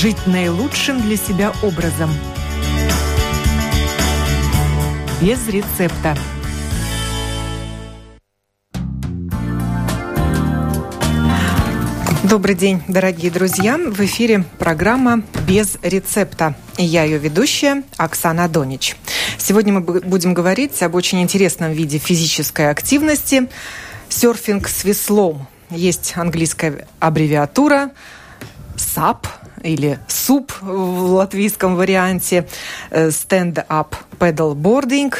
жить наилучшим для себя образом. Без рецепта. Добрый день, дорогие друзья! В эфире программа «Без рецепта». И я ее ведущая Оксана Донич. Сегодня мы будем говорить об очень интересном виде физической активности – серфинг с веслом. Есть английская аббревиатура SUP или SUP в латвийском варианте, Stand-up Paddleboarding,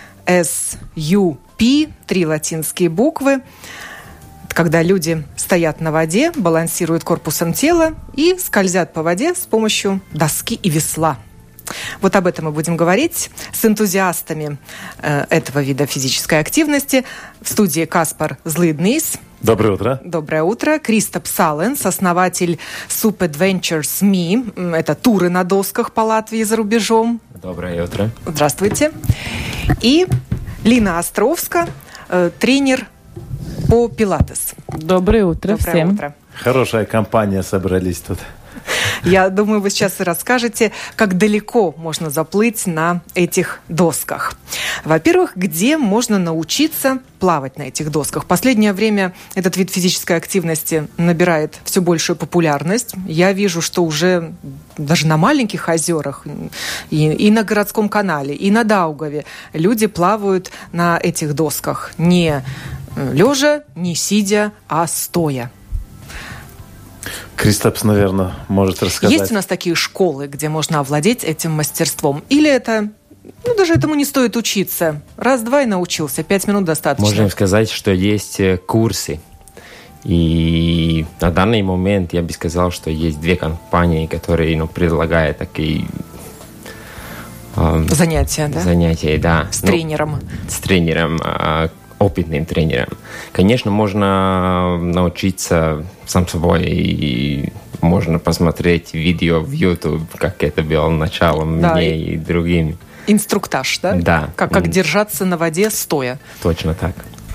SUP, 3 латинские буквы. Когда люди стоят на воде, балансируют корпусом тела и скользят по воде с помощью доски и весла. Вот об этом мы будем говорить с энтузиастами этого вида физической активности. В студии Каспар Злиднис. Доброе утро. Доброе утро. Кристоп Саленс, основатель SUP Adventures Me. Это туры на досках по Латвии за рубежом. Доброе утро. Здравствуйте. И Лина Островска, тренер по пилатес. Доброе утро всем. Утро. Хорошая компания собрались тут. Я думаю, вы сейчас и расскажете, как далеко можно заплыть на этих досках. Во-первых, где можно научиться плавать на этих досках? В последнее время этот вид физической активности набирает все большую популярность. Я вижу, что уже даже на маленьких озерах, и на городском канале, и на Даугаве люди плавают на этих досках. Не лежа, не сидя, а стоя. Кристопс, наверное, может рассказать. Есть у нас такие школы, где можно овладеть этим мастерством? Или это, даже этому не стоит учиться? Раз-два и научился, 5 минут достаточно. Можно сказать, что есть курсы. И на данный момент я бы сказал, что есть 2 компании, которые предлагают такие занятия, да? Занятия, да. С тренером. С тренером, опытным тренером. Конечно, можно научиться сам собой, и можно посмотреть видео в YouTube, как это было началом, да, мне и другим. Инструктаж, да? Да. Как держаться на воде стоя. Точно так.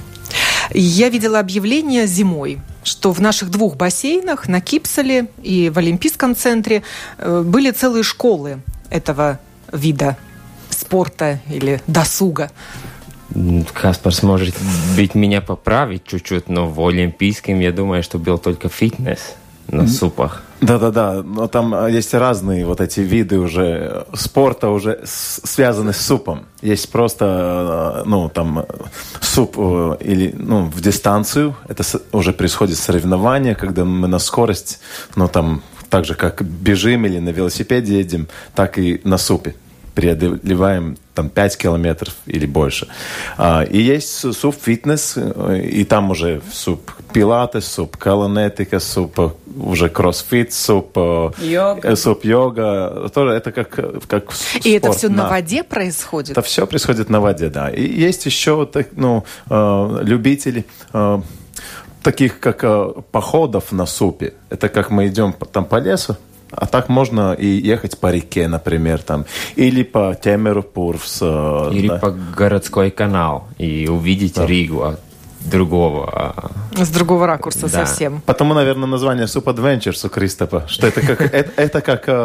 Я видела объявление зимой, что в наших 2 бассейнах, на Кипселе и в Олимпийском центре, были целые школы этого вида спорта или досуга. Каспар сможет меня поправить чуть-чуть, но в Олимпийском, я думаю, что был только фитнес на супах. Да, но там есть разные вот эти виды уже спорта, уже связаны с супом. Есть просто, там, суп или, в дистанцию. Это уже происходит соревнование, когда мы на скорость, там, так же, как бежим или на велосипеде едем, так и на супе преодолеваем 5 километров или больше. И есть суп-фитнес, и там уже суп пилатес, суп каланетика, суп уже кроссфит, суп йога. Тоже это как спорт. И это все на воде происходит? Это все происходит на воде, да. И есть еще любители таких как походов на супе. Это как мы идем там по лесу, а так можно и ехать по реке, например, или по Темеру-Пурвс. Или по городской канал и увидеть Ригу от другого. С другого ракурса совсем. Потому, наверное, название SUP Adventures у Кристопа, что это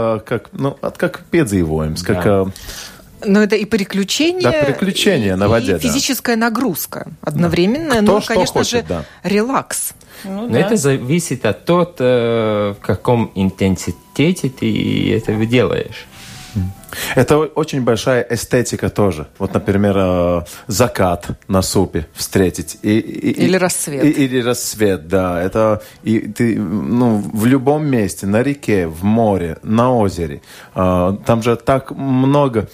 как педзивоемс, как... Но это и приключения, приключения на воде, и физическая нагрузка одновременно. Кто конечно хочет, же, релакс. Но это зависит от того, в каком интенситете ты это делаешь. Это очень большая эстетика тоже. Вот, например, закат на супе встретить. Или рассвет. Или рассвет, да. Это ты в любом месте, на реке, в море, на озере. Там же так много...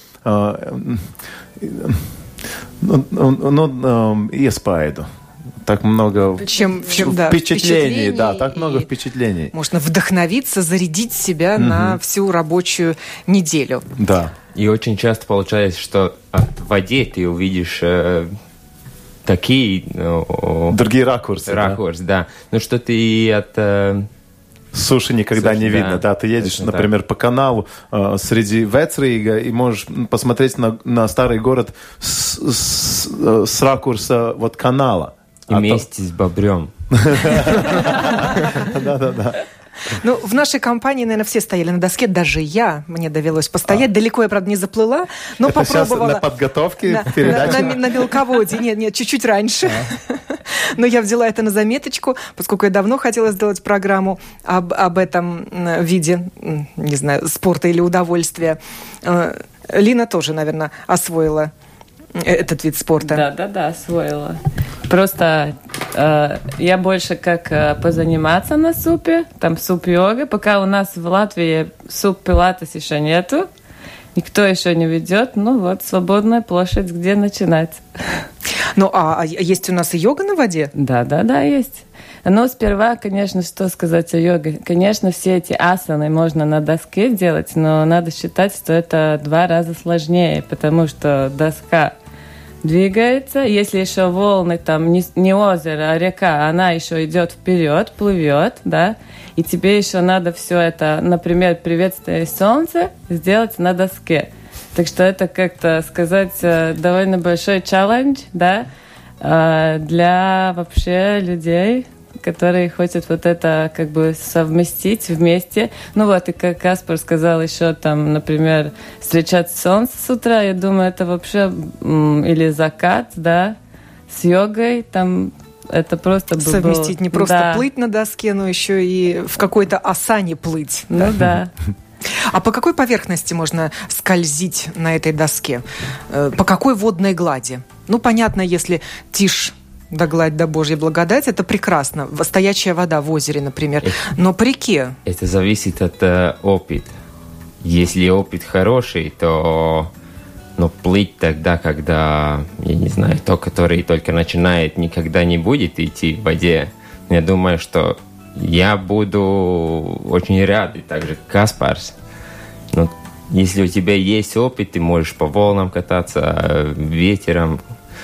Iespaidu. Так много впечатлений, так много впечатлений. Можно вдохновиться, зарядить себя на всю рабочую неделю. Да. И очень часто получается, что от воды ты увидишь такие... другие ракурсы. Да. Ну, что ты от... Суши никогда не видно. Да, ты едешь, например, по каналу среди Вецрига и можешь посмотреть на старый город с ракурса канала. И вместе с бобрем. Да-да-да. Ну, в нашей компании, наверное, все стояли на доске, даже я, мне довелось постоять. Далеко я, правда, не заплыла, но это попробовала. Сейчас на подготовке к передачи? На мелководье, нет, чуть-чуть раньше. Но я взяла это на заметочку, поскольку я давно хотела сделать программу об этом виде, не знаю, спорта или удовольствия. Лина тоже, наверное, освоила этот вид спорта. Да, освоила. Просто я больше как позаниматься на супе, там суп-йога. Пока у нас в Латвии суп-пилатес еще нету, никто еще не ведет. Ну вот, свободная площадь, где начинать. Ну, а есть у нас и йога на воде? Да, есть. Но сперва, конечно, что сказать о йоге. Конечно, все эти асаны можно на доске делать, но надо считать, что это 2 раза сложнее, потому что доска двигается. Если еще волны, там не озеро, а река, она еще идет вперед, плывет, да, и тебе еще надо все это, например, приветствие солнца сделать на доске. Так что это, как-то сказать, довольно большой челлендж, да, для вообще людей, которые хотят вот это как бы совместить вместе. Ну вот, и как Каспар сказал еще там, например, встречать солнце с утра, я думаю, это вообще, или закат, да, с йогой, там, это просто бы совместить, было, не просто да, плыть на доске, но еще и в какой-то асане плыть. Ну да. А по какой поверхности можно скользить на этой доске? По какой водной глади? Ну, понятно, если тишь да гладь, да Божья благодать, это прекрасно. Стоячая вода в озере, например. Но по реке? Это зависит от опыта. Если опыт хороший, то плыть тогда, когда, я не знаю, тот, который только начинает, никогда не будет идти в воде. Я думаю, что я буду очень рад, и так же Каспарс. Но если у тебя есть опыт, ты можешь по волнам кататься, ветером.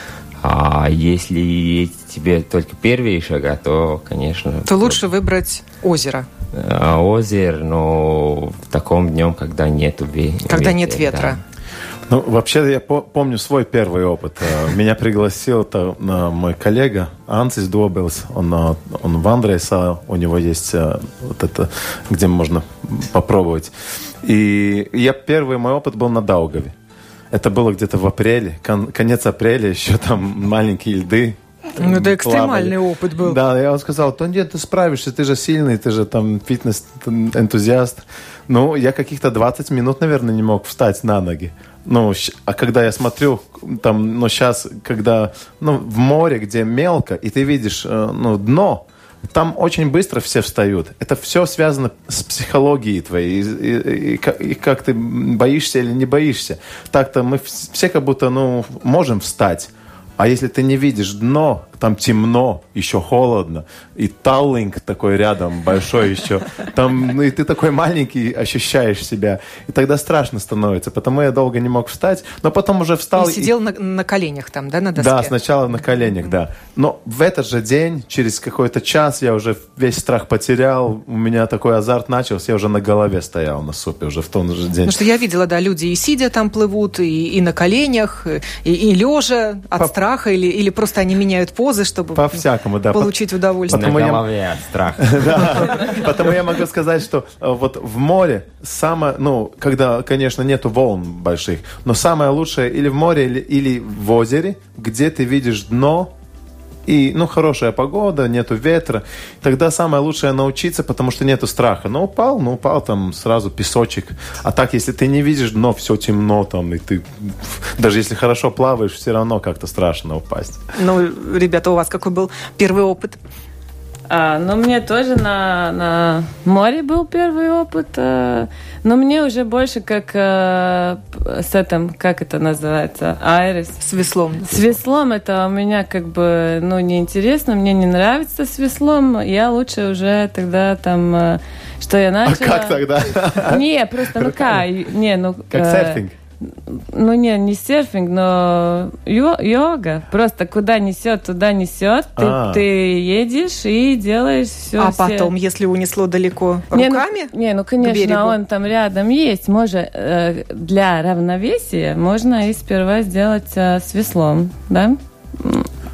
А если тебе только первые шага, то, конечно... То лучше выбрать озеро. Озеро, но в таком днем, когда нету ветра. Когда нет ветра. Да. Ну, вообще, я помню свой первый опыт. Меня пригласил мой коллега Ансис Добелс. Он в Андрейса, у него есть вот это, где можно попробовать. И первый мой опыт был на Даугаве. Это было где-то в апреле, конец апреля, еще там маленькие льды. Ну, это экстремальный опыт был. Да, я вам сказал, нет, ты справишься, ты же сильный, ты же там фитнес-энтузиаст. Ну, я каких-то 20 минут, наверное, не мог встать на ноги. Ну, а когда я смотрю, там, сейчас, когда, в море, где мелко, и ты видишь, дно, там очень быстро все встают. Это все связано с психологией твоей. И как ты боишься или не боишься. Так-то мы все как будто, можем встать. А если ты не видишь дно, там темно, еще холодно, и Таллинг такой рядом, большой еще, там, и ты такой маленький ощущаешь себя, и тогда страшно становится, потому я долго не мог встать, но потом уже встал. И сидел на коленях там, да, на доске? Да, сначала на коленях, да. Но в этот же день, через какой-то час, я уже весь страх потерял, у меня такой азарт начался, я уже на голове стоял на супе уже в том же день. Потому что я видела, да, люди и сидя там плывут, и на коленях, и лежа от страха, или просто они меняют позы, чтобы по-всякому, да, получить удовольствие. На голове от страха. Да, потому я могу сказать, что вот в море когда, конечно, нету волн больших, но самое лучшее или в море, или в озере, где ты видишь дно, и, хорошая погода, нету ветра, тогда самое лучшее научиться, потому что нету страха. Упал там сразу песочек. А так, если ты не видишь дно, все темно там, и ты, даже если хорошо плаваешь, все равно как-то страшно упасть. Ребята, у вас какой был первый опыт? Мне тоже на море был первый опыт, но мне уже больше как с этим, как это называется, айрис. С веслом. С веслом это у меня как бы, неинтересно, мне не нравится с веслом, я лучше уже тогда там, что я начала... А как тогда? Не, просто, как серфинг? Не серфинг, но йога. Просто куда несет, туда несет. Ты едешь и делаешь все. А потом, если унесло далеко, руками? Конечно, он там рядом есть. Может, для равновесия можно и сперва сделать с веслом, да?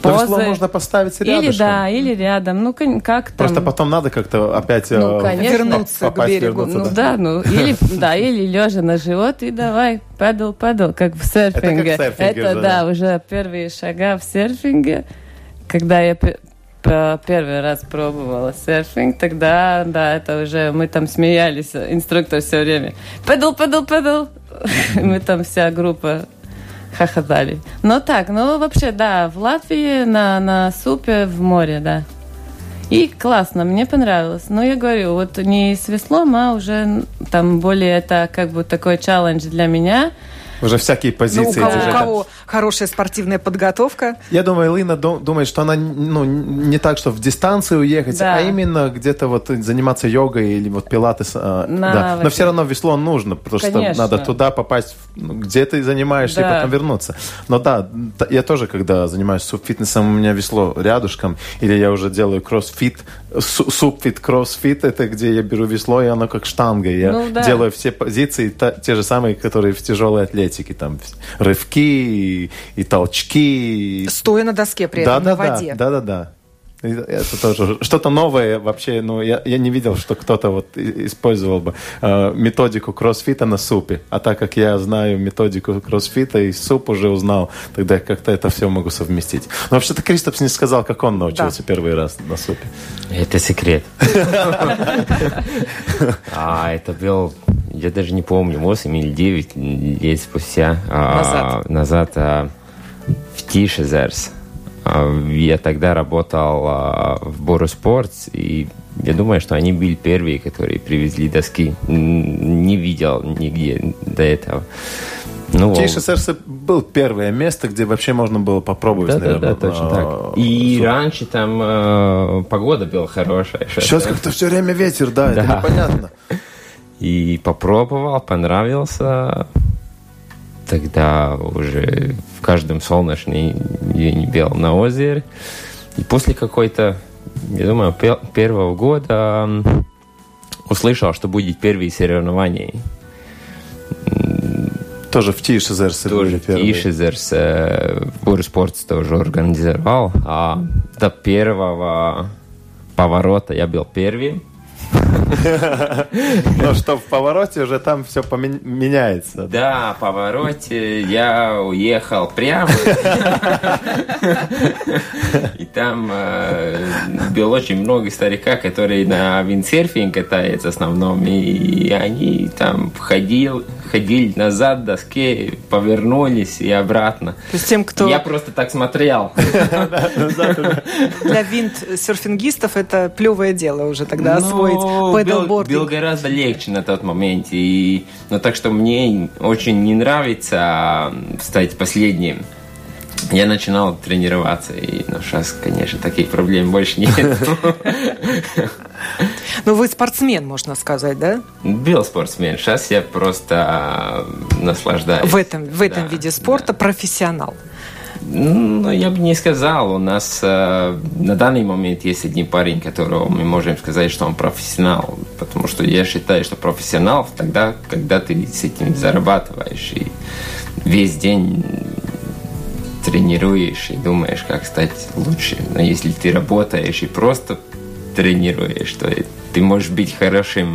позы. Весло можно поставить рядышком. Или рядом. Ну, как там. Просто потом надо как-то опять вернуться к берегу. Или лежа на живот и давай, падал, как в серфинге. Это уже первые шага в серфинге. Когда я первый раз пробовала серфинг, тогда, это уже мы там смеялись, инструктор все время. Падал. Мы там вся группа хохотали. Вообще, в Латвии на супе в море, да. И классно, мне понравилось. Но я говорю, вот не с веслом, а уже там более это как бы такой челлендж для меня. Уже всякие позиции. У кого хорошая спортивная подготовка. Я думаю, Лина думает, что она не так, что в дистанцию уехать, а именно где-то вот заниматься йогой или вот пилатес. Но все равно весло нужно, потому что надо туда попасть, где ты занимаешься, и потом вернуться. Но я тоже, когда занимаюсь суп-фитнесом, у меня весло рядышком, или я уже делаю кроссфит, суп-фит, кроссфит, это где я беру весло, и оно как штанга. Я делаю все позиции, те же самые, которые в тяжелой атлетике. Там рывки и толчки. Стоя на доске при этом на воде. Да. Это тоже что-то новое вообще. Я не видел, что кто-то вот использовал бы методику кроссфита на супе. А так как я знаю методику кроссфита и суп уже узнал, тогда как-то это все могу совместить. Но вообще-то Кристопс не сказал, как он научился первый раз на супе. Это секрет. Это был... Я даже не помню, 8 или 9 лет спустя назад в Тишезерс. Я тогда работал в Бору Sports, и я думаю, что они были первые, которые привезли доски. Не видел нигде до этого. Тишезерс был первое место, где вообще можно было попробовать, наверное. Да, точно так. И раньше там погода была хорошая. Сейчас как-то все время ветер, это непонятно. И попробовал, понравился. Тогда уже в каждом солнечный день бел на озере. И после какой-то, я думаю, первого года услышал, что будет первые соревнования. Тоже в Тишезерсе были первые. Тишезерс Бурспортс тоже организовал. А до первого поворота я был первый. Но что в повороте уже там все меняется. Да, в повороте я уехал прямо. И там было очень много старика, которые на виндсерфинг катаются в основном. И они там ходили назад, доске, повернулись и обратно. То есть тем, кто... Я просто так смотрел. Для виндсерфингистов это плевое дело уже тогда освоить пэдлбординг. Было гораздо легче на тот момент. Но так что мне очень не нравится стать последним. Я начинал тренироваться, и сейчас, конечно, таких проблем больше нет. Ну, вы спортсмен, можно сказать, да? Был спортсмен. Сейчас я просто наслаждаюсь. В этом виде спорта профессионал. Я бы не сказал. У нас на данный момент есть один парень, которого мы можем сказать, что он профессионал. Потому что я считаю, что профессионал тогда, когда ты с этим зарабатываешь и весь день тренируешь и думаешь, как стать лучше. Но если ты работаешь и просто тренируешь, то ты можешь быть хорошим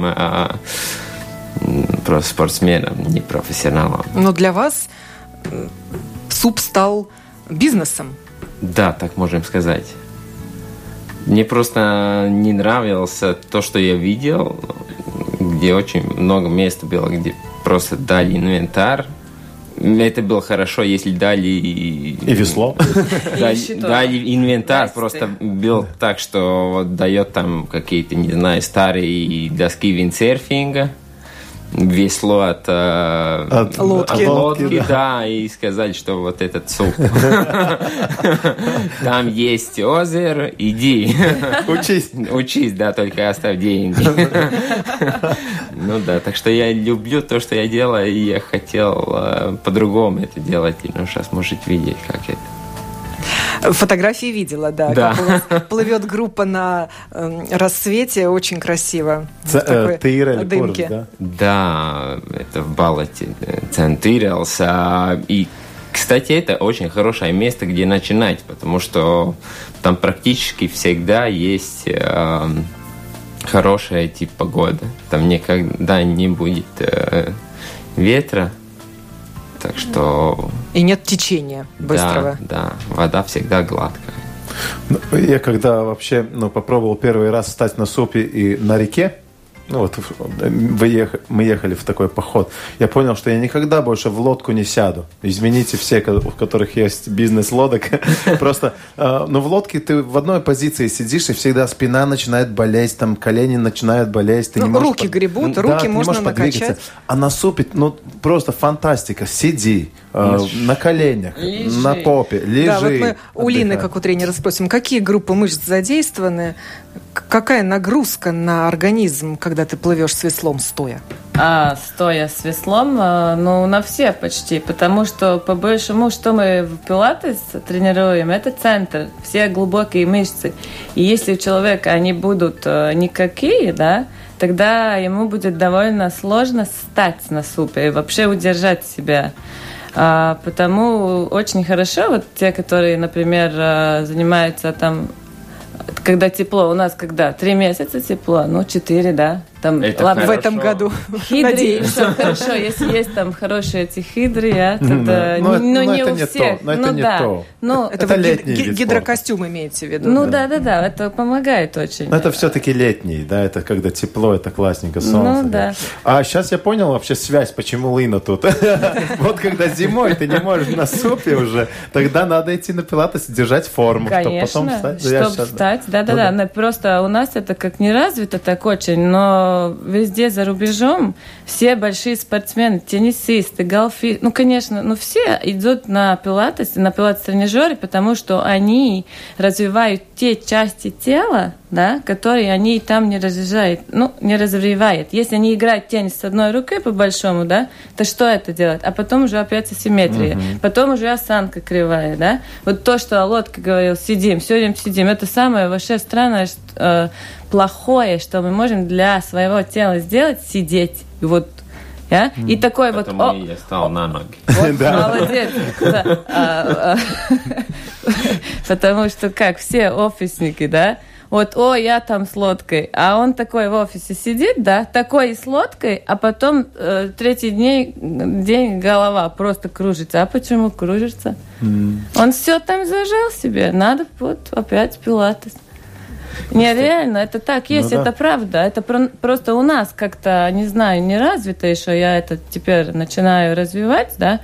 просто спортсменом, не профессионалом. Но для вас суп стал бизнесом? Да, так можем сказать. Мне просто не нравилось то, что я видел, где очень много места было, где просто дали инвентарь. Это было хорошо, если дали... И весло. Дали инвентарь, просто был так, что дает там какие-то, не знаю, старые доски виндсерфинга, весло от лодки, да, и сказать, что вот этот суп. Там есть озеро, иди. Учись, да, только оставь деньги. Ну да, так что я люблю то, что я делаю, и я хотел по-другому это делать. Но сейчас можете видеть, как это. Фотографии видела, да. Как у вас плывет группа на рассвете, очень красиво. Тейрели дымки. Да, это в Балате Центырился. И Кстати, это очень хорошее место, где начинать, потому что там практически всегда есть хорошая погода. Там никогда не будет ветра, так что... И нет течения быстрого. Да, вода всегда гладкая. Я когда вообще попробовал первый раз встать на супе и на реке, мы ехали в такой поход. Я понял, что я никогда больше в лодку не сяду. Извините все, у которых есть бизнес-лодок. Просто, в лодке ты в одной позиции сидишь, и всегда спина начинает болеть, там колени начинают болеть. Ты не можешь руки гребут, руки можно накачать. А на супе, просто фантастика. Сиди на коленях, на попе, лежи. Да, вот мы у Лины, как у тренера, спросим, какие группы мышц задействованы, какая нагрузка на организм, когда ты плывешь с веслом стоя? Стоя с веслом, на все почти, потому что, по большему, что мы в пилатес тренируем, это центр, все глубокие мышцы. И если у человека они будут никакие, да, тогда ему будет довольно сложно встать на супе и вообще удержать себя. Потому очень хорошо, вот те, которые, например, занимаются там, когда тепло, у нас когда? 3 месяца тепло, 4, да. Там, в этом году. Хидры, все хорошо. Если есть там хорошие эти хидры, тогда... не у всех. Это не то. Это летний гидрокостюм имеете в виду? Да, это помогает очень. Но это все-таки летний, да, это когда тепло, это классненько, солнце. Да. А сейчас я понял вообще связь, почему Лина тут. Вот когда зимой ты не можешь на супе уже, тогда надо идти на пилатес, держать форму, чтобы потом встать. Чтобы встать, да. Просто у нас это как не развито так очень, но везде за рубежом все большие спортсмены, теннисисты, гольфисты, конечно, все идут на пилатес-тренажеры, потому что они развивают те части тела, да, которые они там не развивают. Если они играют в теннис с одной рукой по большому, да, то что это делает? А потом уже опять асимметрия, потом уже осанка кривая, да. Вот то, что Лодка говорил, сидим, все время сидим, это самое вообще странное, плохое, что мы можем для своего тела сделать, сидеть. И такой Потому я стал на ноги. Молодец. Потому что все офисники, да, я там с лодкой, а он такой в офисе сидит, да, такой с лодкой, а потом третий день голова просто кружится. А почему кружится? Он все там зажал себе, надо опять пилатес. Нереально, это так есть, это правда. Это просто у нас как-то, не знаю, не развито еще. Я это теперь начинаю развивать, да.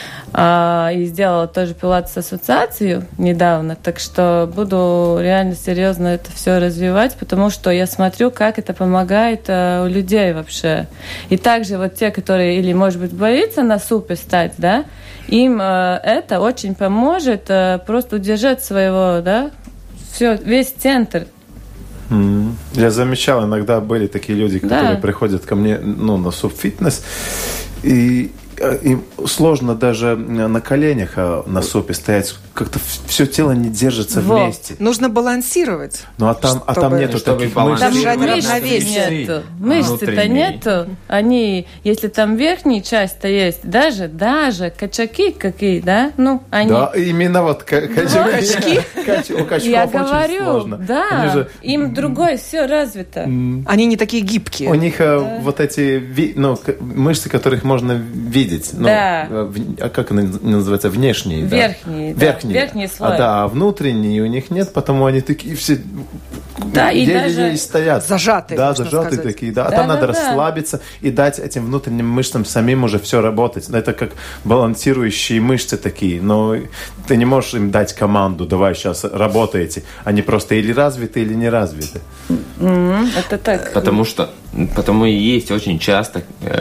И сделала тоже пилатес-ассоциацию недавно. Так что буду реально серьезно это все развивать, потому что я смотрю, как это помогает у людей вообще. И также те, которые или, может быть, боятся на супе стать, да, им это очень поможет просто удержать своего, да, весь центр. Я замечал, иногда были такие люди, которые приходят ко мне на субфитнес, и им сложно даже на коленях на супе стоять. Как-то все тело не держится вместе. Нужно балансировать. Там нету таких мышц. Там равновесия. Мышцы-то нету. Они, если там верхняя часть-то есть, даже качаки какие, да? Они... Да, именно качки. У качков я очень говорю, сложно. Да, им другое все развито. Они не такие гибкие. У них эти мышцы, которых можно видеть. Как они называются? Внешние. Верхний слой. А внутренние у них нет, потому они такие все еле-еле стоят. Зажатые, зажатые такие. Там надо расслабиться и дать этим внутренним мышцам самим уже все работать. Это как балансирующие мышцы такие. Но ты не можешь им дать команду, давай сейчас работайте. Они просто или развиты, или не развиты. Это так. Потому и есть очень часто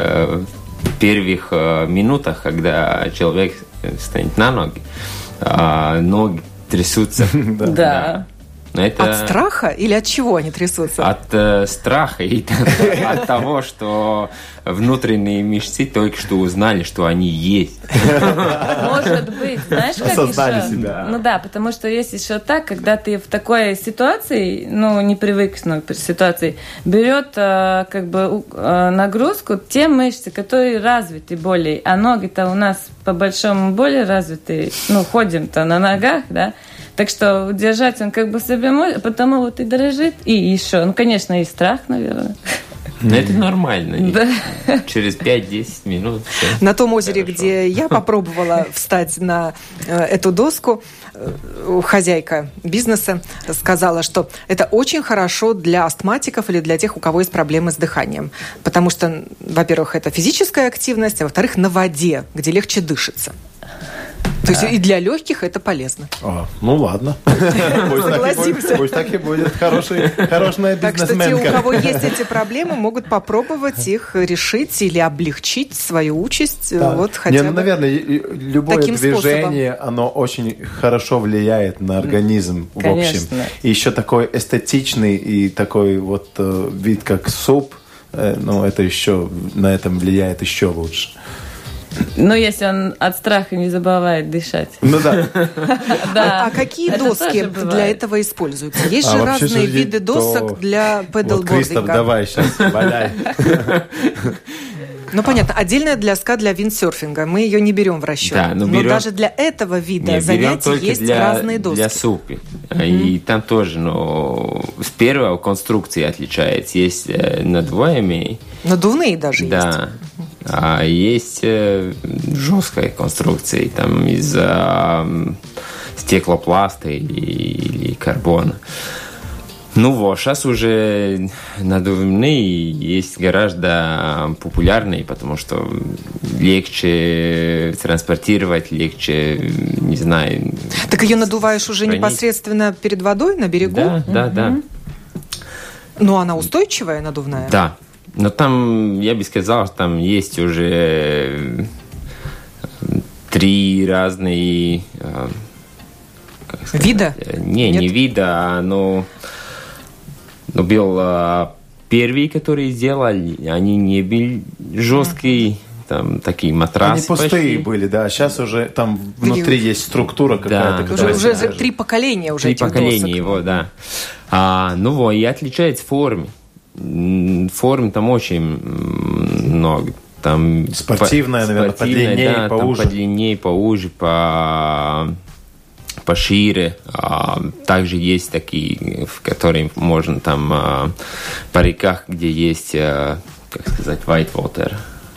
в первых минутах, когда человек стоит на ноги, ноги трясутся. Да. Но это... От страха или от чего они трясутся? От страха и от того, что внутренние мышцы только что узнали, что они есть. Может быть, знаешь, как Осознали еще? себя. Ну да, потому что есть еще так, когда ты в такой ситуации, ну, не привык к ситуации, берет как бы нагрузку те мышцы, которые развиты более, а ноги-то у нас по-большому более развиты, ну, ходим-то на ногах, да, так что удержать он как бы себе может, потому вот и дрожит, и еще, ну, конечно, и страх, наверное. Но это нормально. Да. Через 5-10 минут. Все. На том озере, Хорошо. где я попробовала встать на эту доску, хозяйка бизнеса сказала, что это очень хорошо для астматиков или для тех, у кого есть проблемы с дыханием. Потому что, во-первых, это физическая активность, а во-вторых, на воде, где легче дышится. То есть и для легких это полезно. Ну ладно. Согласимся. Пусть так и будет. Хорошая Так что те, у бизнесменка. кого есть эти проблемы, могут попробовать их решить или облегчить свою участь. Да. Вот хотя бы наверное, любое таким движение, оно очень хорошо влияет на организм в общем. Конечно. И еще такой эстетичный и такой вот вид, как суп, ну, это еще, на этом влияет еще лучше. Ну, если он от страха не забывает дышать. Ну да. Да. А какие Это доски тоже бывает. для этого используются? Есть же вообще разные же виды ведь досок то- для Вот, пэдлбординга. Кристоф, давай сейчас, валяй. Ну, понятно, отдельная доска для виндсерфинга. Мы ее не берем в расчет. Да, но но берем- даже для этого вида Не, берем занятий только есть для, разные доски. для супи. И там тоже, но с первого конструкции отличается. Есть надуваемые, Надувные даже есть. да, а есть жесткая конструкция, там из стеклопласта или карбона. Ну вот, сейчас уже надувные есть гораздо популярные, потому что легче транспортировать, легче, не знаю... Так ее надуваешь уже хранить. непосредственно перед водой, на берегу? Да. Но она устойчивая, надувная? Да. Но там, я бы сказал, что там есть уже 3 разные... как сказать, Вида? Не Нет? вида, но был первый, который сделали, они не были жесткие, там такие матрасы. Они пустые почти. были, да. Сейчас уже там внутри есть структура какая-то, Да. которая Уже содержит. 3 поколения уже 3 этих поколения досок. его, да. Ну вот, и отличается форме. Форм там очень много. Там Спортивная, наверное, подлиннее, да, поуже. Там подлиннее, поуже, пошире. Также есть такие, в которые можно там по реках, где есть, как сказать, whitewater,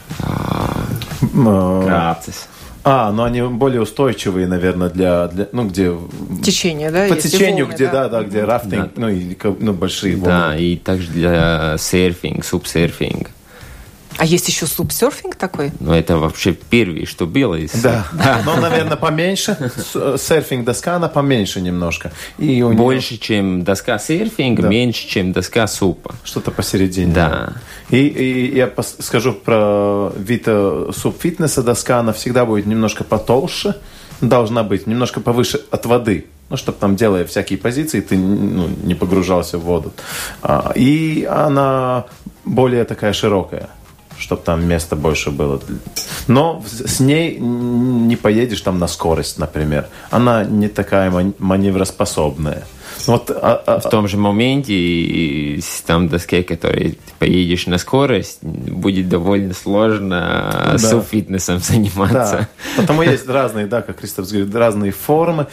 крацис. Но они более устойчивые, наверное, для ну, где... Течение, да? По есть, и течению, волны, где, да, где рафтинг, Да. ну, или большие волны. Да, и также для серфинг, субсерфинг. А есть еще субсерфинг такой? Но это вообще первое, что было. Да, но, наверное, поменьше. Серфинг-доска, она поменьше немножко. И у неё Больше, чем доска серфинга, Да. меньше, чем доска супа. что-то посередине. Да. И я скажу про вид субфитнеса. Доска, она всегда будет немножко потолще. Должна быть немножко повыше от воды. Ну, чтобы там, делая всякие позиции, ты не погружался в воду. И она более такая широкая, чтобы там места больше было. Но с ней не поедешь там на скорость, например. Она не такая маневроспособная. Вот, В том же моменте, и с там доске, которой ты поедешь на скорость, будет довольно сложно Да. субфитнесом заниматься. Да, потому есть разные, да, как Кристоф говорит, разные формы,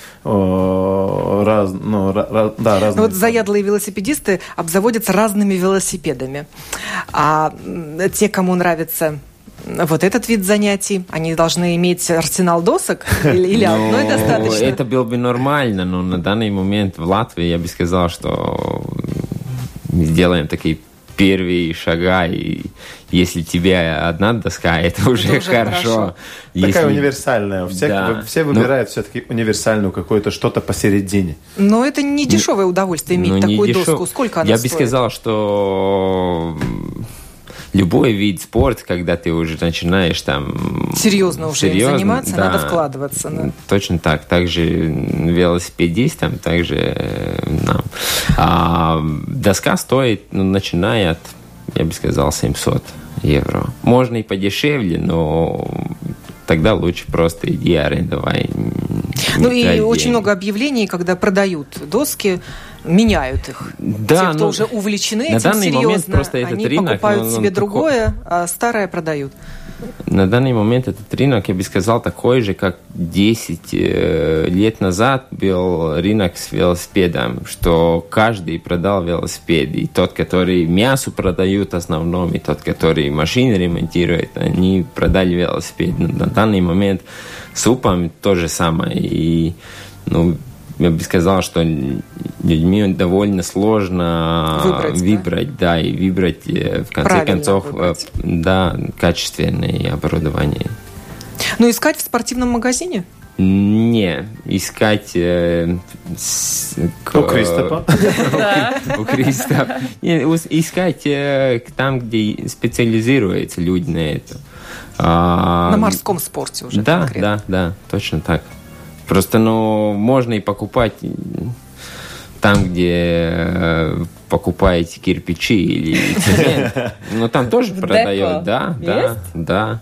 разные. Вот заядлые велосипедисты обзаводятся разными велосипедами. А те, кому нравится вот этот вид занятий, они должны иметь арсенал досок или одной достаточно? Это было бы нормально, но на данный момент в Латвии я бы сказал, что мы сделаем такие первые шага, и если у тебя одна доска, это уже хорошо. Такая универсальная. Все выбирают все-таки универсальную какую-то, что-то посередине. Но это не дешевое удовольствие иметь такую доску. Сколько она стоит? Я бы сказал, что любой вид спорта, когда ты уже начинаешь там... Серьезно уже им заниматься, да, надо вкладываться. Да. Точно так. Также велосипедистам, также нам. Доска стоит, начиная от, я бы сказал, 700 евро. Можно и подешевле, но тогда лучше просто иди арендовай. И очень много объявлений, когда продают доски, меняют их. Да, те, кто уже увлечены на этим данный серьезно, момент просто этот они рынок, покупают себе другое, а старое продают. На данный момент этот рынок, я бы сказал, такой же, как 10 лет назад был рынок с велосипедом, что каждый продал велосипед. И тот, который мясо продают в основном, и тот, который машины ремонтирует, они продали велосипед. На данный момент с супом то же самое. И, я бы сказал, что людьми довольно сложно выбрать, и выбрать, в конце правильно концов, выбрать. качественное оборудование. Искать в спортивном магазине? Не, искать у Кристофа. У Кристофа. Искать там, где специализируются люди на это. На морском спорте уже конкретно. Да, точно так. Просто, можно и покупать там, где покупаете кирпичи или цемент. Там тоже продают, да.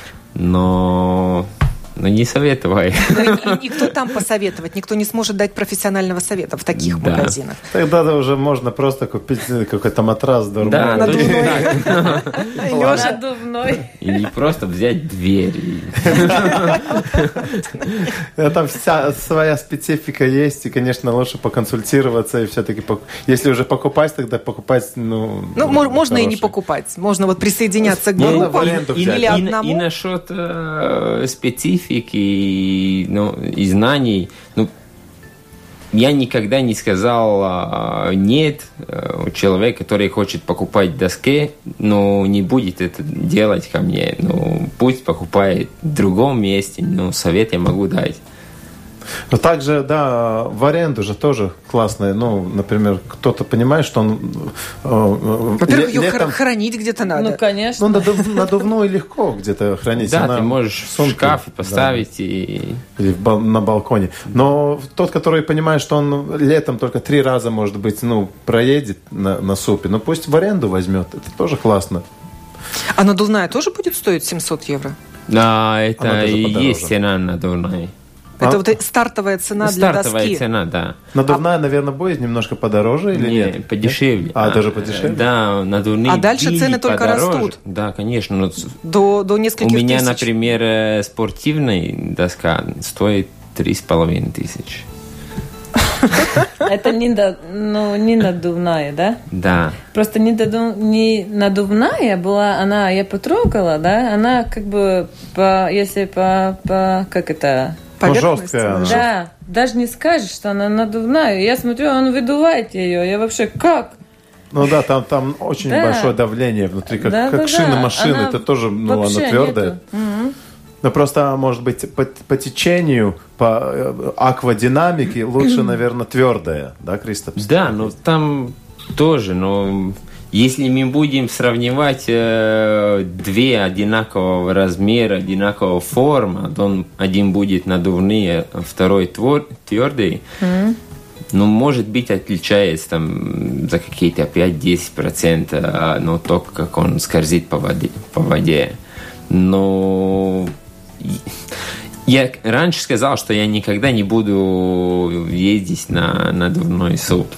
Но не советую. И кто там посоветовать? Никто не сможет дать профессионального совета в таких магазинах. Тогда уже можно просто купить какой-то матрас надувной. Или просто взять дверь. Там вся своя специфика есть, и, конечно, лучше поконсультироваться, и все-таки, если уже покупать, тогда покупать, можно и не покупать. Можно присоединяться к группам или одному. И насчет специфики и знаний, я никогда не сказал нет человеку, который хочет покупать доски, но не будет это делать ко мне. Пусть покупает в другом месте, совет я могу дать. Но также, в аренду же тоже классная. Например, кто-то понимает, что он... Во-первых, ее хранить где-то надо. Конечно. Надувную легко где-то хранить. Да, ты можешь в шкафе поставить или на балконе. Но тот, который понимает, что он летом только 3 раза, может быть, проедет на супе, пусть в аренду возьмет. Это тоже классно. А надувная тоже будет стоить 700 евро? Да, это и есть цена надувная. Это стартовая цена для доски. Стартовая цена, да. Надувная, наверное, будет немножко подороже или нет? Подешевле. Даже подешевле? Да, надувные. А дальше цены только растут? Да, конечно. До нескольких тысяч. У меня, например, спортивная доска стоит 3500. Это не надувная, да? Да. Просто не надувная была, я потрогала, да? Она как бы, как это... Жесткая. Да, даже не скажешь, что она надувная. Я смотрю, он выдувает ее. Я вообще как? Там очень большое давление внутри, как шина машины. Это тоже, она твердая. Просто, может быть, по течению, по аквадинамике лучше, наверное, твердая, да, Кристоф? Да, там тоже, если мы будем сравнивать 2 одинакового размера, одинакового формы, один будет надувный, а второй твердый, может быть, отличается за какие-то 5-10%, но только как он скользит по воде. Но я раньше сказал, что я никогда не буду ездить на надувной суп.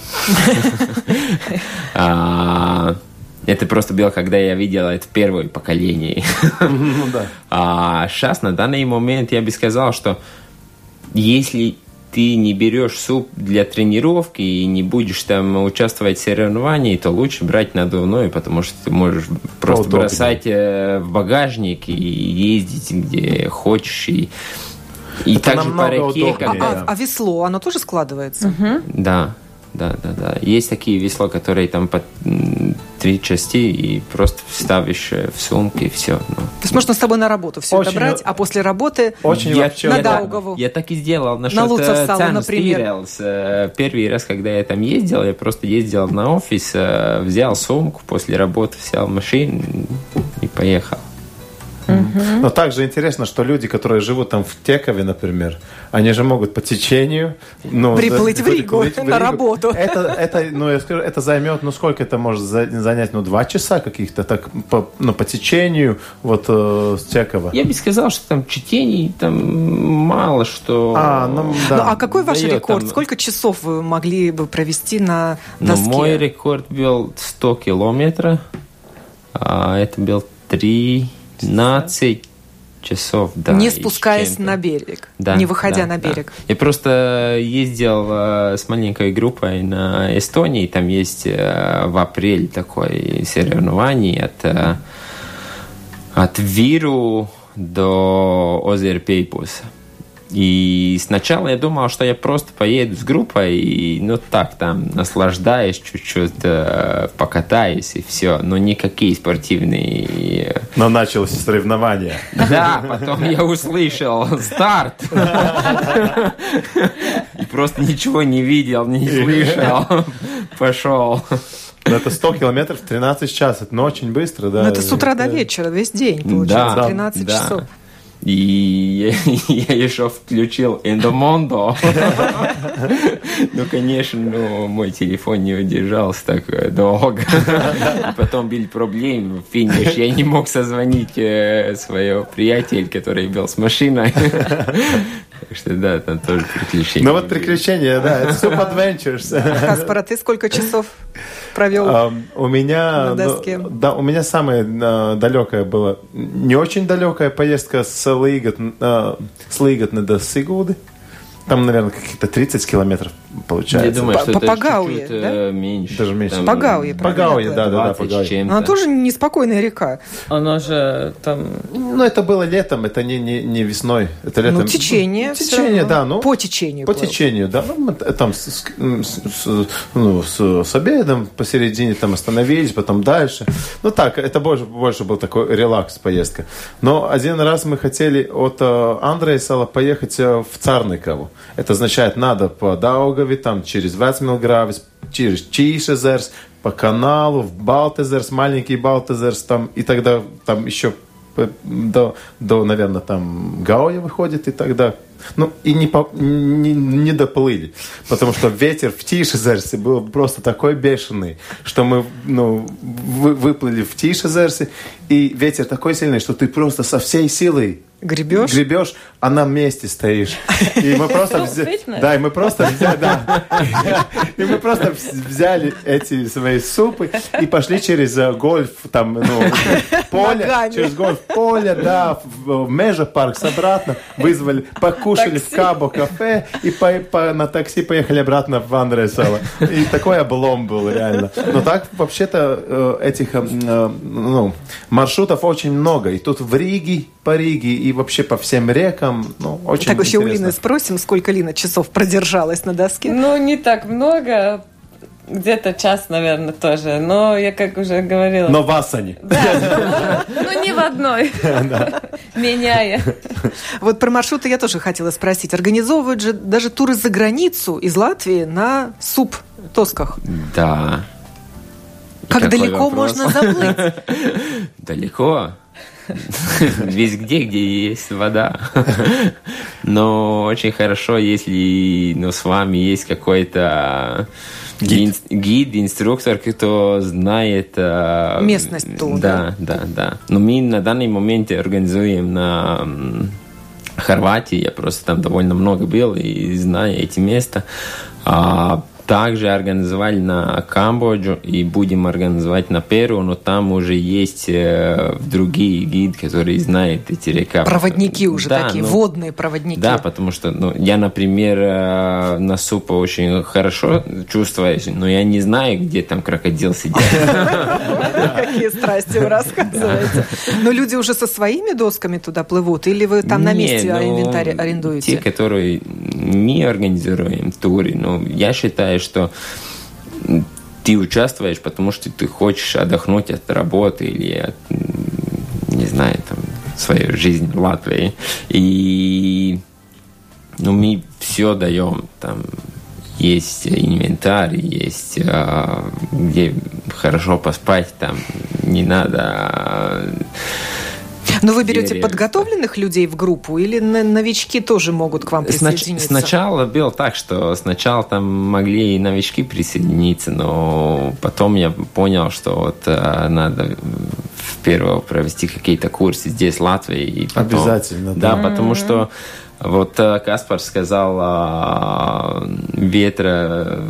Это просто было, когда я видел это первое поколение. А сейчас, на данный момент, я бы сказал, что если ты не берешь суп для тренировки и не будешь там участвовать в соревновании, то лучше брать надувной, потому что ты можешь просто бросать в багажник и ездить где хочешь. И также по реке. А весло, оно тоже складывается? Да. Есть такие весла, которые там по 3 части, и просто вставишь в сумку, и все. То есть можно с собой на работу все это брать, а после работы на Даугаву. Я так и сделал. На Луцовсалу, например. Первый раз, когда я там ездил, я просто ездил на офис, взял сумку, после работы взял машину и поехал. Но также интересно, что люди, которые живут там в Текове, например, они же могут по течению... приплыть в Ригу на работу. Я скажу, это займет, сколько это может занять? 2 часа каких-то, так, по течению, с Текова. Я бы сказал, что там чтений там мало что... А какой ваш рекорд? Сколько часов вы могли бы провести на доске? Мой рекорд был 100 километров. Это был 13 часов, да. Не спускаясь на берег, не выходя на берег. Я просто ездил с маленькой группой на Эстонии. Там есть в апреле такое соревнование от Виру до озера Пейпуса. И сначала я думал, что я просто поеду с группой и, там, наслаждаюсь чуть-чуть, покатаюсь и все. Но никакие спортивные... Но началось соревнование. Да, потом я услышал старт. И просто ничего не видел, не слышал. Пошел. Это 100 километров 13 часов. Это очень быстро, да. Это с утра до вечера, весь день, получается, 13 часов. И я еще включил Эндомондо. Конечно, мой телефон не удержался так долго. Потом были проблемы в финише. Я не мог созвонить своего приятеля, который был с машиной. Так что, да, там тоже приключения. Приключения, да, это Soup Adventures. Каспар, а ты сколько часов провел у меня на доске? У меня самая далекая была, не очень далекая поездка с Лиготны до Сигулды. Там, наверное, каких-то 30 километров получается. Я думаю, что это Пагауе, чуть-чуть да? меньше. Даже меньше. Пагауе, да, Пагауе. Она тоже неспокойная река. Она же там... это было летом, это не весной. Это летом. Течение. Течение, да. По течению. По течению, да. Там с обедом посередине там остановились, потом дальше. Это больше был такой релакс поездка. Но один раз мы хотели от Андреисала поехать в Царникову. Это означает, надо по Даугаве, там через Вецмилгравис, через Чишезерс, по каналу, в Балтезерс, маленький Балтезерс, там, и тогда там еще до наверное, там Гауя выходит, и тогда... и не доплыли, потому что ветер в Тишезерсе был просто такой бешеный, что мы выплыли в Тишезерсе, и ветер такой сильный, что ты просто со всей силой гребешь, а на месте стоишь. И мы просто взяли эти свои супы и пошли через гольф, там, поле, через гольф-поле, да, в Межа-парк обратно, вызвали, покушали в Кабо кафе и на такси поехали обратно в Андреисало. И такой облом был, реально. Но так, вообще-то, этих маршрутов очень много. И тут по Риге, и вообще по всем рекам. Очень так еще интересно. у Лины спросим, сколько Лина часов продержалась на доске? Не так много. Где-то час, наверное, тоже. Но я, как уже говорила... Но в Асане. Да, не в одной. Меняя. Вот про маршруты я тоже хотела спросить. Организовывают же даже туры за границу из Латвии на суп-досках. Да. Как далеко можно заплыть? Далеко. Везде, где есть вода. Но очень хорошо, если с вами есть какой-то гид, инструктор, кто знает местность ту. Да. Но мы на данный момент организуем на Хорватии. Я просто там довольно много был и знаю эти места. Также организовали на Камбоджу и будем организовать на Перу, но там уже есть другие гиды, которые знают эти реки. Проводники уже такие, водные проводники. Да, потому что я, например, на супе очень хорошо чувствуюсь, но я не знаю, где там крокодил сидит. Какие страсти вы рассказываете. Но люди уже со своими досками туда плывут, или вы там на месте инвентарь арендуете? Те, которые мы организуем туры, я считаю, что ты участвуешь, потому что ты хочешь отдохнуть от работы или от, не знаю, свою жизнь в Латвии. И мы все даем. Там есть инвентарь, есть где хорошо поспать, там не надо... Но вы берете подготовленных людей в группу или новички тоже могут к вам присоединиться? Сначала было так, что сначала там могли и новички присоединиться, но потом я понял, что вот надо впервые провести какие-то курсы здесь, в Латвии. И потом, обязательно, да. Да, потому что вот Каспар сказал ветра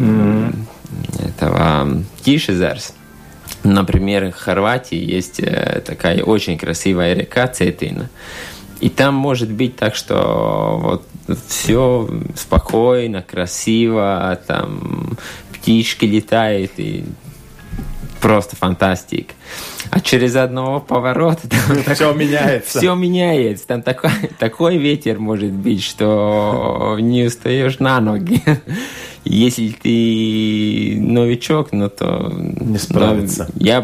этого Тишезерс. Например, в Хорватии есть такая очень красивая река Цетина. И там может быть так, что вот все спокойно, красиво, там птички летают, и просто фантастика. А через одного поворота все меняется. Все меняется. Там такой ветер может быть, что не устаешь на ноги. Если ты новичок, то не справится. Я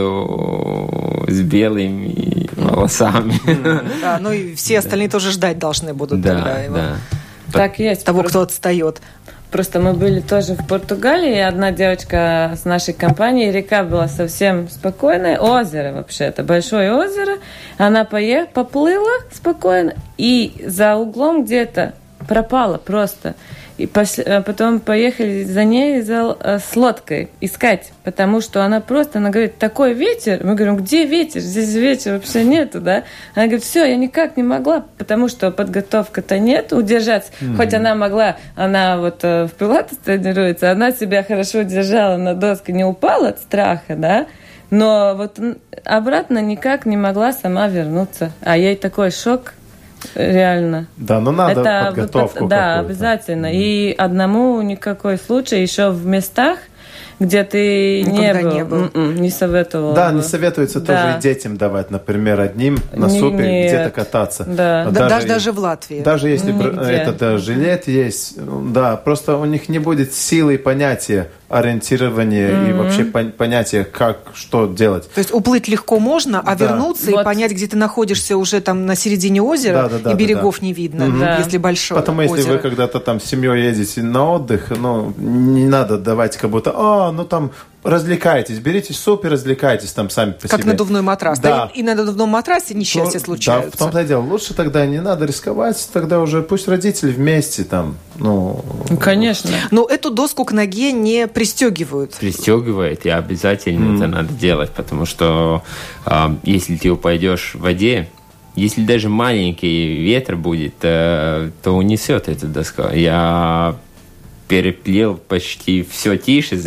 буду с белыми волосами. Да, ну и все остальные тоже ждать должны будут тогда его. Так есть. Того, кто отстает. Просто мы были тоже в Португалии, и одна девочка с нашей компании, река была совсем спокойная, озеро вообще-то, большое озеро, она поплыла спокойно, и за углом где-то пропала просто. И потом поехали за ней с лодкой искать, потому что она говорит, такой ветер. Мы говорим, где ветер? Здесь ветер вообще нету, да? Она говорит, все, я никак не могла, потому что подготовка-то нет, удержаться. Хоть она могла, она вот в пилатес тренируется, она себя хорошо держала на доске, не упала от страха, да? Но вот обратно никак не могла сама вернуться. А ей такой шок. Реально. Да, но надо подготовку. Да, обязательно. И одному никакой случай еще в местах, где ты не был. Не советовала. Да, не советуется тоже и детям давать, например, одним на супе где-то кататься. Да. Даже в Латвии. Даже если этот жилет есть, да, просто у них не будет силы и понятия ориентирования и вообще понятия, как, что делать. То есть уплыть легко можно, а вернуться и понять, где ты находишься уже там на середине озера, и берегов не видно, если большое озеро. Потому если вы когда-то там с семьей едете на отдых, не надо давать как будто, там развлекайтесь, берите суп и развлекайтесь там сами по себе. Как надувной матрас. Да. И на надувном матрасе несчастья случаются. Да, в том-то и дело. Лучше тогда не надо рисковать, тогда уже пусть родители вместе там, Конечно. Но эту доску к ноге не пристегивают. Пристегивает, и обязательно это надо делать, потому что если ты упадешь в воде, если даже маленький ветер будет, то унесет эту доску. Я переплыл почти все тише,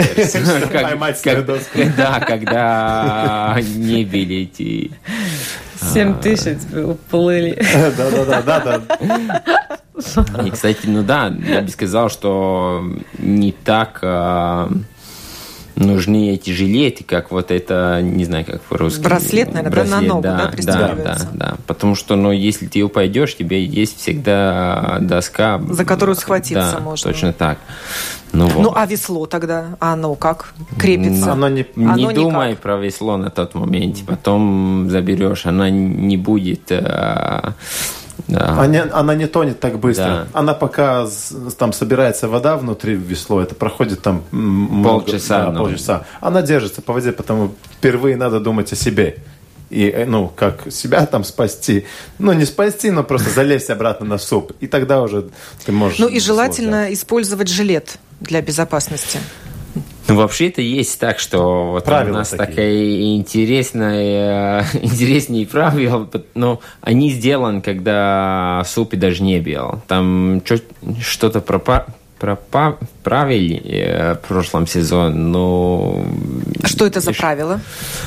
когда не били эти... 7000 уплыли. Да. И, кстати, я бы сказал, что не так нужны эти жилеты, как вот это, не знаю, как по-русски. Браслет, наверное, на ногу, пристегивается. Да. Потому что, если ты упадешь, тебе есть всегда доска. За которую схватиться можно. Точно так. А весло тогда? Оно как крепится? Не думай про весло на тот момент. Потом заберешь. Она не будет... Она не тонет так быстро. Да. Она пока там собирается вода внутри весло, это проходит там полчаса. Она держится по воде, потому впервые надо думать о себе. И, как себя там спасти. Не спасти, но просто залезть обратно на суп. И тогда уже ты можешь... и желательно использовать жилет для безопасности. Вообще-то есть так, что вот у нас такие интереснее правила, но они сделаны, когда супе даже не бил. Там что-то проправили в прошлом сезоне, но... Что это за правило?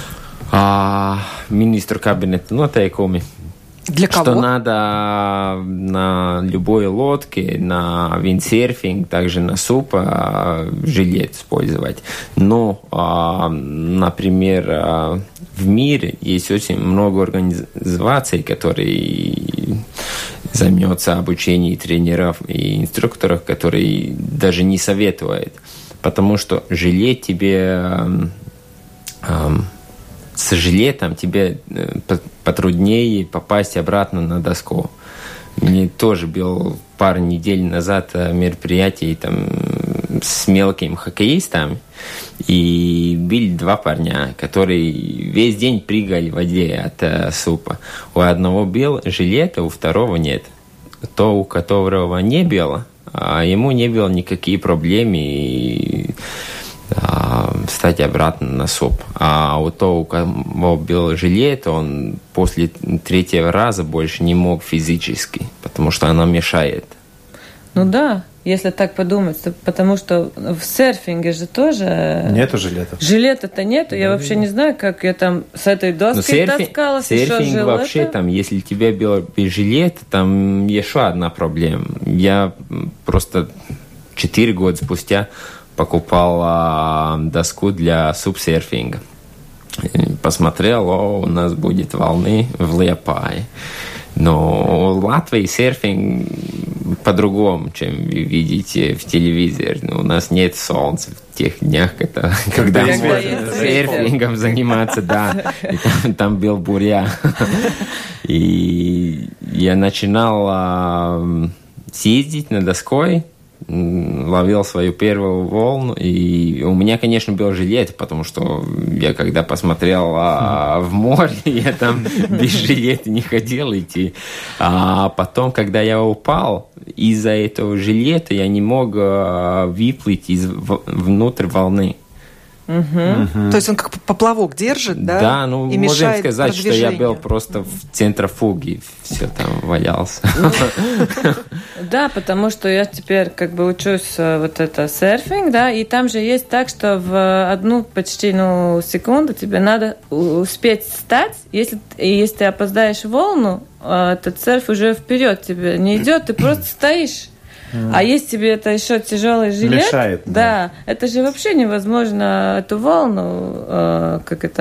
Министр кабинета noteikumi. Для кого? Что надо на любой лодке, на виндсерфинг, также на суп жилет использовать. Но, например, в мире есть очень много организаций, которые занимаются обучением тренеров и инструкторов, которые даже не советуют. Потому что жилет тебе... С жилетом тебе потруднее попасть обратно на доску. Мне тоже был пару недель назад мероприятие, там с мелкими хоккеистами. И были два парня, которые весь день прыгали в воде от супа. У одного был жилет, а у второго нет. То, у которого не было, ему не было никаких проблем встать обратно на суп. А у того, у кого был жилет, он после третьего раза больше не мог физически, потому что она мешает. Ну да, если так подумать, потому что в серфинге же тоже... Нету жилета. Жилета-то нету, я вообще не знаю, как я там с этой доской таскалась. Серфинг вообще там, если тебе было без жилета, там еще одна проблема. Я просто 4 года спустя покупал доску для субсерфинга. Посмотрел, у нас будет волны в Лиепае. Но в Латвии серфинг по-другому, чем вы видите в телевизоре. У нас нет солнца в тех днях, когда можно серфингом заниматься. Да, и там был буря. И я начинал съездить на доской, ловил свою первую волну, и у меня, конечно, был жилет, потому что я когда посмотрел в море, я там без жилета не хотел идти. А потом, когда я упал, из-за этого жилета я не мог выплыть внутрь волны. То есть он как поплавок держит, да? Да, ну, и можем сказать, продвижению. что я был просто в центрофуге, все там валялся. Да, потому что я теперь как бы учусь вот это серфинг, да, и там же есть так, что в одну почти секунду тебе надо успеть встать, если ты опоздаешь в волну, этот серф уже вперед тебе не идет, ты просто стоишь. А если тебе это еще тяжелый жилет, мешает, да, это же вообще невозможно эту волну,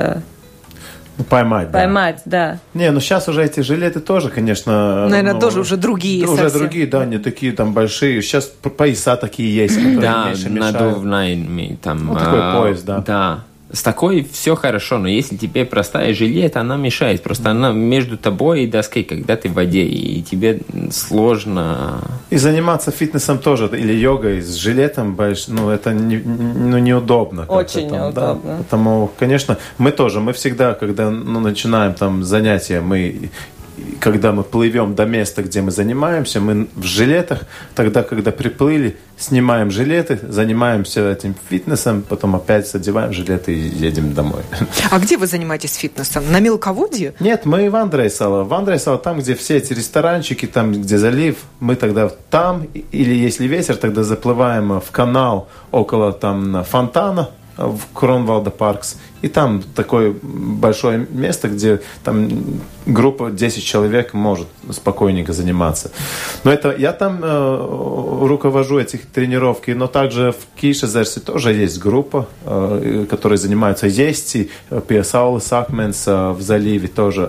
Поймать, да. Не, ну сейчас уже эти жилеты тоже, конечно... Наверное, тоже уже другие уже совсем. другие, да, не такие там большие. Сейчас пояса такие есть, которые меньше мешают. Надувные там... Ну, такой пояс, да. Да. С такой все хорошо, но если тебе простая жилет, она мешает. Просто она между тобой и доской, когда ты в воде, и тебе сложно... И заниматься фитнесом тоже, или йогой с жилетом, это неудобно. Очень там, неудобно. Да. Потому, конечно, мы всегда, когда начинаем там занятия, когда мы плывем до места, где мы занимаемся, мы в жилетах, тогда, когда приплыли, снимаем жилеты, занимаемся этим фитнесом, потом опять одеваем жилеты и едем домой. А где вы занимаетесь фитнесом? На мелководье? Нет, мы в Андрейсало. В Андрейсало, там, где все эти ресторанчики, там, где залив, мы тогда там, или если ветер, тогда заплываем в канал около там фонтана, в Кронвалда Паркс. И там такое большое место, где там группа 10 человек может спокойненько заниматься. Но это я там руковожу этих тренировки, но также в Кишезерсе тоже есть группа, которая занимается. Есть и Пиасаулас Акменс в заливе тоже.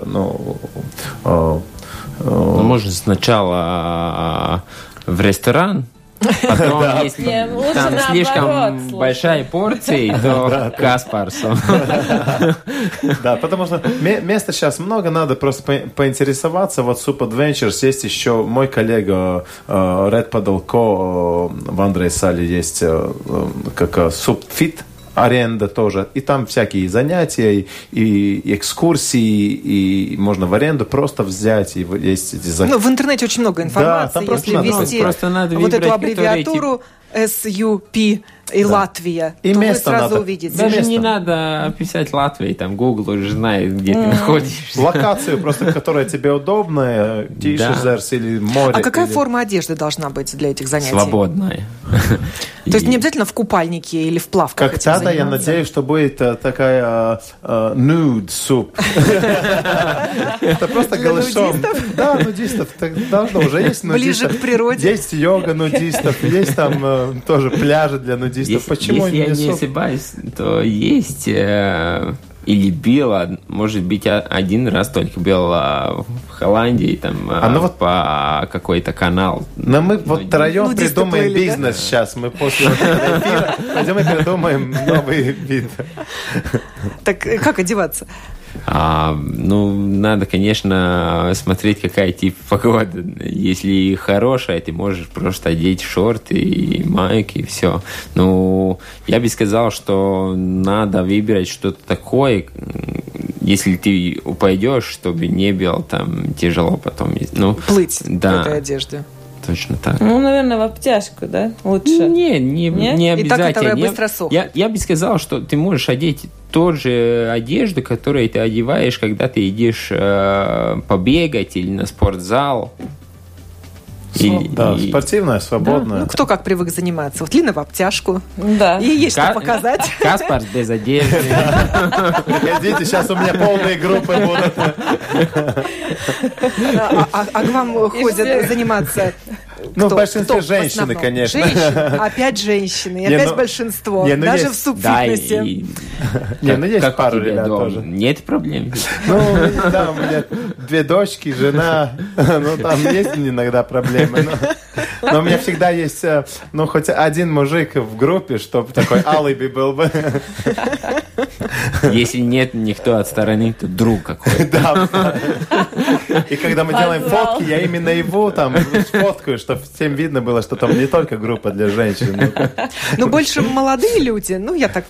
Можно сначала в ресторан, потом, если там слишком большая порция, то Каспарсу. Да, потому что места сейчас много, надо просто поинтересоваться. Вот Soup Adventures есть еще мой коллега Red Paddle Co. в Андрейсале есть как Soup Fit аренда тоже. И там всякие занятия, и экскурсии, и можно в аренду просто взять. И есть эти в интернете очень много информации. Да, если ввести вот эту аббревиатуру SUP и Латвия, и то вы место сразу надо. увидите. Даже не надо писать Латвии, там Google уже знает, где ты находишься. Локацию просто, которая тебе удобная, Кишезерс или море. А какая форма одежды должна быть для этих занятий? Свободная. То есть не обязательно в купальнике или в плавках. Как-то я надеюсь, что будет такая nude soup. Это просто голышом. Да, нудистов. Должно уже есть нудистов. Ближе к природе. Есть йога нудистов, есть там тоже пляжи для нудистов. Почему если я не ошибаюсь, то есть или было, может быть, один раз только был в Холландии, там по какой-то канал. Но мы вот втроем придумаем бизнес сейчас. Мы после этого эфира пойдем и придумаем новый вид. Так как одеваться? Надо, конечно, смотреть, какая тип погода. Если хорошая, ты можешь просто одеть шорты и майки, и все. Я бы сказал, что надо выбирать что-то такое, если ты упадешь, чтобы не было там тяжело потом. Плыть в да. этой одежде. Точно так. Наверное, в обтяжку, да? Лучше. Не обязательно. И та, которая быстро сохнет. Я бы сказал, что ты можешь одеть ту же одежду, которую ты одеваешь, когда ты идешь побегать или на спортзал. Спортивная, свободная. Да. Кто как привык заниматься. Вот Лина в обтяжку. Да. И есть что показать. Каспар без одежды. Приходите, сейчас у меня полные группы будут. А к вам ходят заниматься... В большинстве женщины, конечно. Женщины, опять женщины, и опять большинство. Даже в субфитнесе. Есть пару ребят тоже. Нет проблем. Да, у меня 2 дочки, жена. Там есть иногда проблемы. Но у меня всегда есть, хоть один мужик в группе, чтобы такой алиби был бы. Если нет никто от стороны, то друг какой-то. Да. И когда мы делаем фотки, я именно его там фоткаю, чтобы всем видно было, что там не только группа для женщин. Больше молодые люди, я так...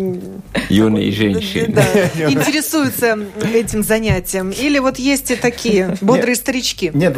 Юные женщины. Да, интересуются этим занятием. Или вот есть и такие бодрые старички. Нет,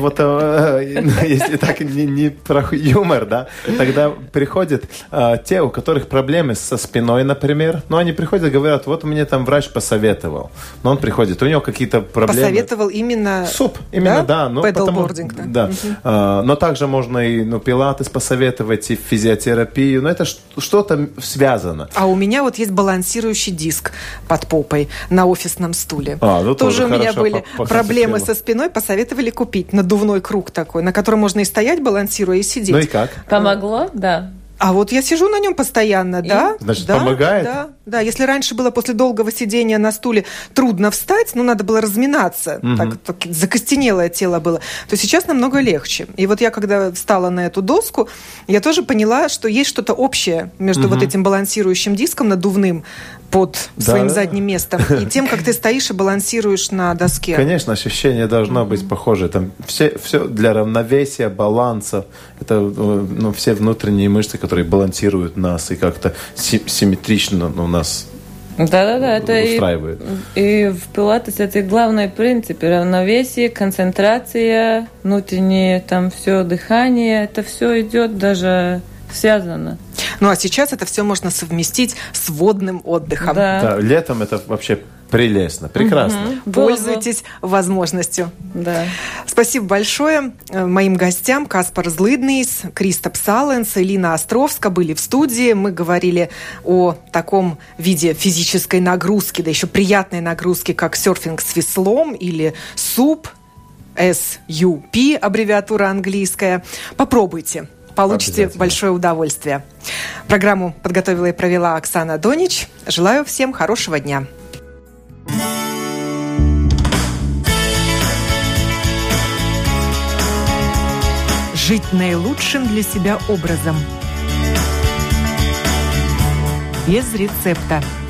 если так не про юмор, да, тогда приходят те, у которых проблемы со спиной, например. Они приходят и говорят, вот мне там врач посоветовал. Но он приходит, у него какие-то проблемы. Посоветовал именно... СУП, именно, да. Пэдлбординг, да. Но также можно и пилатес посоветовать, и физиотерапию. Но это что-то связано. А у меня вот есть балансирующий диск под попой на офисном стуле. Тоже у меня были проблемы со спиной, посоветовали купить надувной круг такой, на котором можно и стоять, балансируя, и сидеть. И как? Помогло? Да. А вот я сижу на нем постоянно, да? Значит, помогает? Да. Если раньше было после долгого сидения на стуле трудно встать, надо было разминаться, так закостенелое тело было, то сейчас намного легче. И вот я, когда встала на эту доску, я тоже поняла, что есть что-то общее между вот этим балансирующим диском надувным под своим задним местом и тем, как ты стоишь и балансируешь на доске. Конечно, ощущение должно быть похоже. Там все для равновесия, баланса. Это все внутренние мышцы, которые балансируют нас и как-то симметрично у нас Да, это устраивает. И в пилатесе это главный принцип. Равновесие, концентрация, внутреннее там все дыхание. Это все идет даже связано. А сейчас это все можно совместить с водным отдыхом. Да, летом это вообще прелестно, прекрасно. Пользуйтесь возможностью. Да. Спасибо большое. Моим гостям Каспар Злыднейс, Кристап Саленс и Лина Островска были в студии. Мы говорили о таком виде физической нагрузки, да еще приятной нагрузки, как серфинг с веслом или СУП, SUP, аббревиатура английская. Попробуйте. Получите большое удовольствие. Программу подготовила и провела Оксана Донич. Желаю всем хорошего дня. Жить наилучшим для себя образом. Без рецепта.